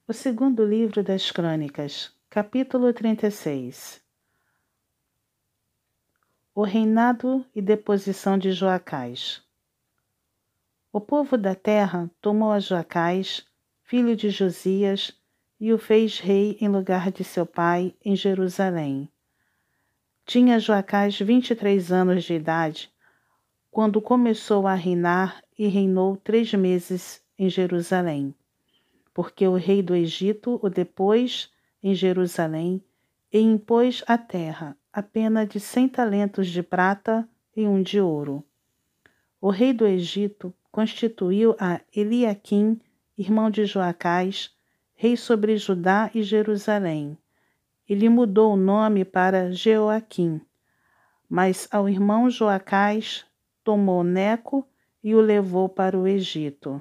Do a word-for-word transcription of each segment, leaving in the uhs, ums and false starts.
O segundo livro das Crônicas, capítulo trinta e seis. O reinado e deposição de Joacás. O povo da terra tomou a Joacás, filho de Josias, e o fez rei em lugar de seu pai em Jerusalém. Tinha Joacás vinte e três anos de idade, quando começou a reinar e reinou três meses em Jerusalém. Porque o rei do Egito o depôs em Jerusalém e impôs à terra a pena de cem talentos de prata e um de ouro. O rei do Egito constituiu a Eliaquim, irmão de Joacás, rei sobre Judá e Jerusalém. E lhe mudou o nome para Jeoaquim. Mas ao irmão Joacás tomou Neco e o levou para o Egito.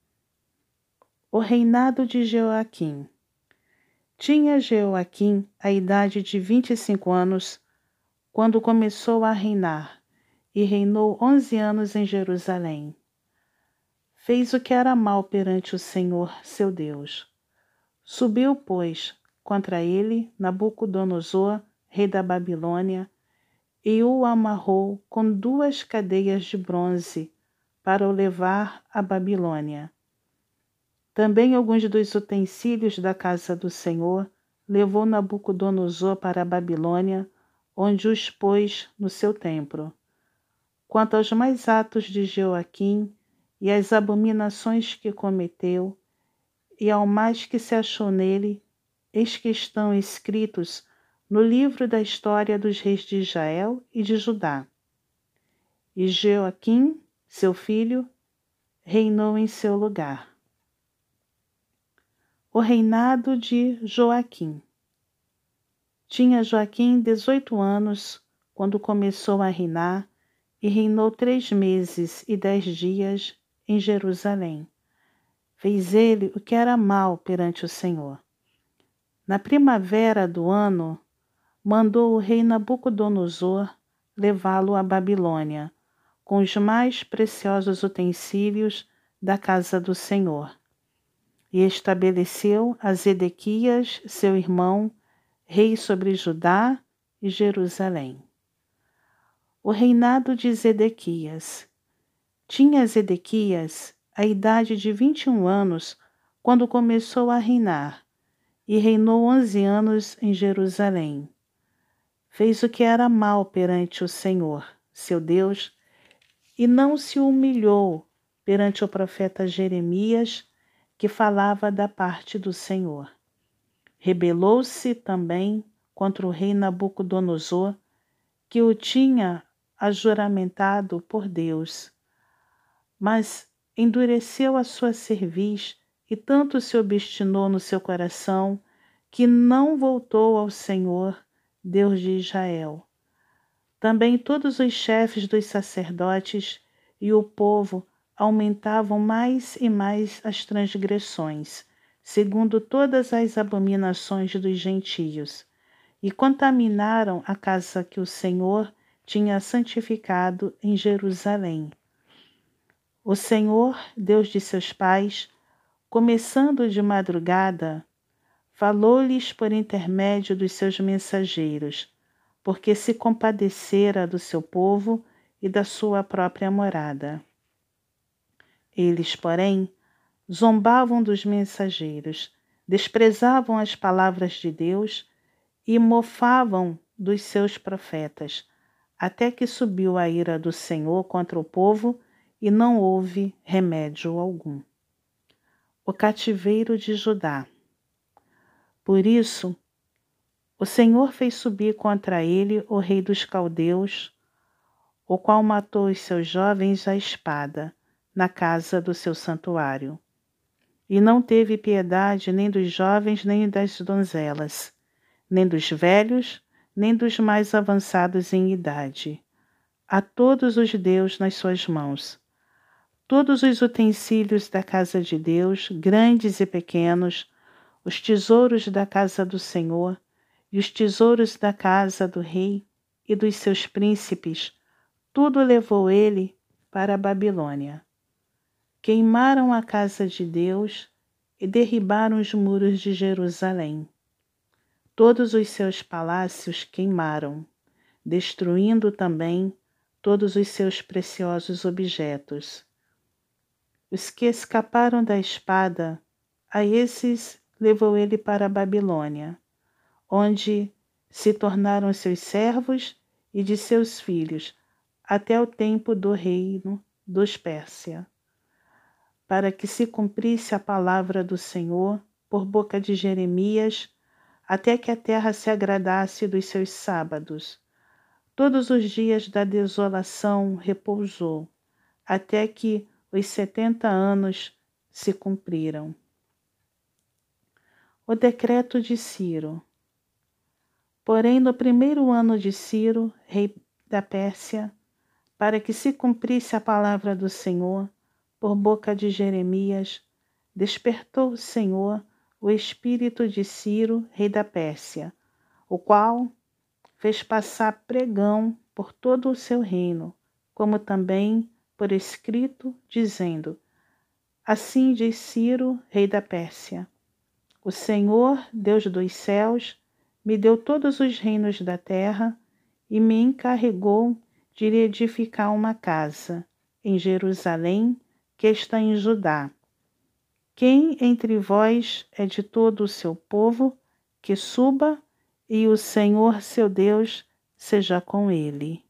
O reinado de Jeoaquim. Tinha Jeoaquim a idade de vinte e cinco anos, quando começou a reinar, e reinou onze anos em Jerusalém. Fez o que era mal perante o Senhor, seu Deus. Subiu, pois, contra ele Nabucodonosor, rei da Babilônia, e o amarrou com duas cadeias de bronze para o levar à Babilônia. Também alguns dos utensílios da casa do Senhor levou Nabucodonosor para a Babilônia, onde os pôs no seu templo. Quanto aos mais atos de Jeoaquim e às abominações que cometeu, e ao mais que se achou nele, eis que estão escritos no livro da história dos reis de Israel e de Judá. E Jeoaquim, seu filho, reinou em seu lugar. O reinado de Joaquim. Tinha Joaquim dezoito anos quando começou a reinar e reinou três meses e dez dias em Jerusalém. Fez ele o que era mal perante o Senhor. Na primavera do ano, mandou o rei Nabucodonosor levá-lo à Babilônia, com os mais preciosos utensílios da casa do Senhor. E estabeleceu a Zedequias, seu irmão, rei sobre Judá e Jerusalém. O reinado de Zedequias. Tinha Zedequias a idade de vinte e um anos quando começou a reinar, e reinou onze anos em Jerusalém. Fez o que era mal perante o Senhor, seu Deus, e não se humilhou perante o profeta Jeremias, que falava da parte do Senhor. Rebelou-se também contra o rei Nabucodonosor, que o tinha ajuramentado por Deus. Mas endureceu a sua cerviz e tanto se obstinou no seu coração, que não voltou ao Senhor, Deus de Israel. Também todos os chefes dos sacerdotes e o povo aumentavam mais e mais as transgressões, segundo todas as abominações dos gentios, e contaminaram a casa que o Senhor tinha santificado em Jerusalém. O Senhor, Deus de seus pais, começando de madrugada, falou-lhes por intermédio dos seus mensageiros, porque se compadecera do seu povo e da sua própria morada. Eles, porém, zombavam dos mensageiros, desprezavam as palavras de Deus e mofavam dos seus profetas, até que subiu a ira do Senhor contra o povo e não houve remédio algum. O cativeiro de Judá. Por isso, o Senhor fez subir contra ele o rei dos caldeus, o qual matou os seus jovens à espada, na casa do seu santuário. E não teve piedade nem dos jovens, nem das donzelas, nem dos velhos, nem dos mais avançados em idade. A todos os deu nas suas mãos. Todos os utensílios da casa de Deus, grandes e pequenos, os tesouros da casa do Senhor, e os tesouros da casa do rei e dos seus príncipes, tudo levou ele para a Babilônia. Queimaram a casa de Deus e derribaram os muros de Jerusalém. Todos os seus palácios queimaram, destruindo também todos os seus preciosos objetos. Os que escaparam da espada, a esses levou ele para a Babilônia, onde se tornaram seus servos e de seus filhos, até o tempo do reino dos Pérsia, para que se cumprisse a palavra do Senhor por boca de Jeremias, até que a terra se agradasse dos seus sábados. Todos os dias da desolação repousou, até que os setenta anos se cumpriram. O decreto de Ciro. Porém, no primeiro ano de Ciro, rei da Pérsia, para que se cumprisse a palavra do Senhor, por boca de Jeremias, despertou o Senhor o espírito de Ciro, rei da Pérsia, o qual fez passar pregão por todo o seu reino, como também por escrito, dizendo: Assim diz Ciro, rei da Pérsia: O Senhor, Deus dos céus, me deu todos os reinos da terra e me encarregou de lhe edificar uma casa em Jerusalém, que está em Judá. Quem entre vós é de todo o seu povo, que suba, e o Senhor seu Deus seja com ele.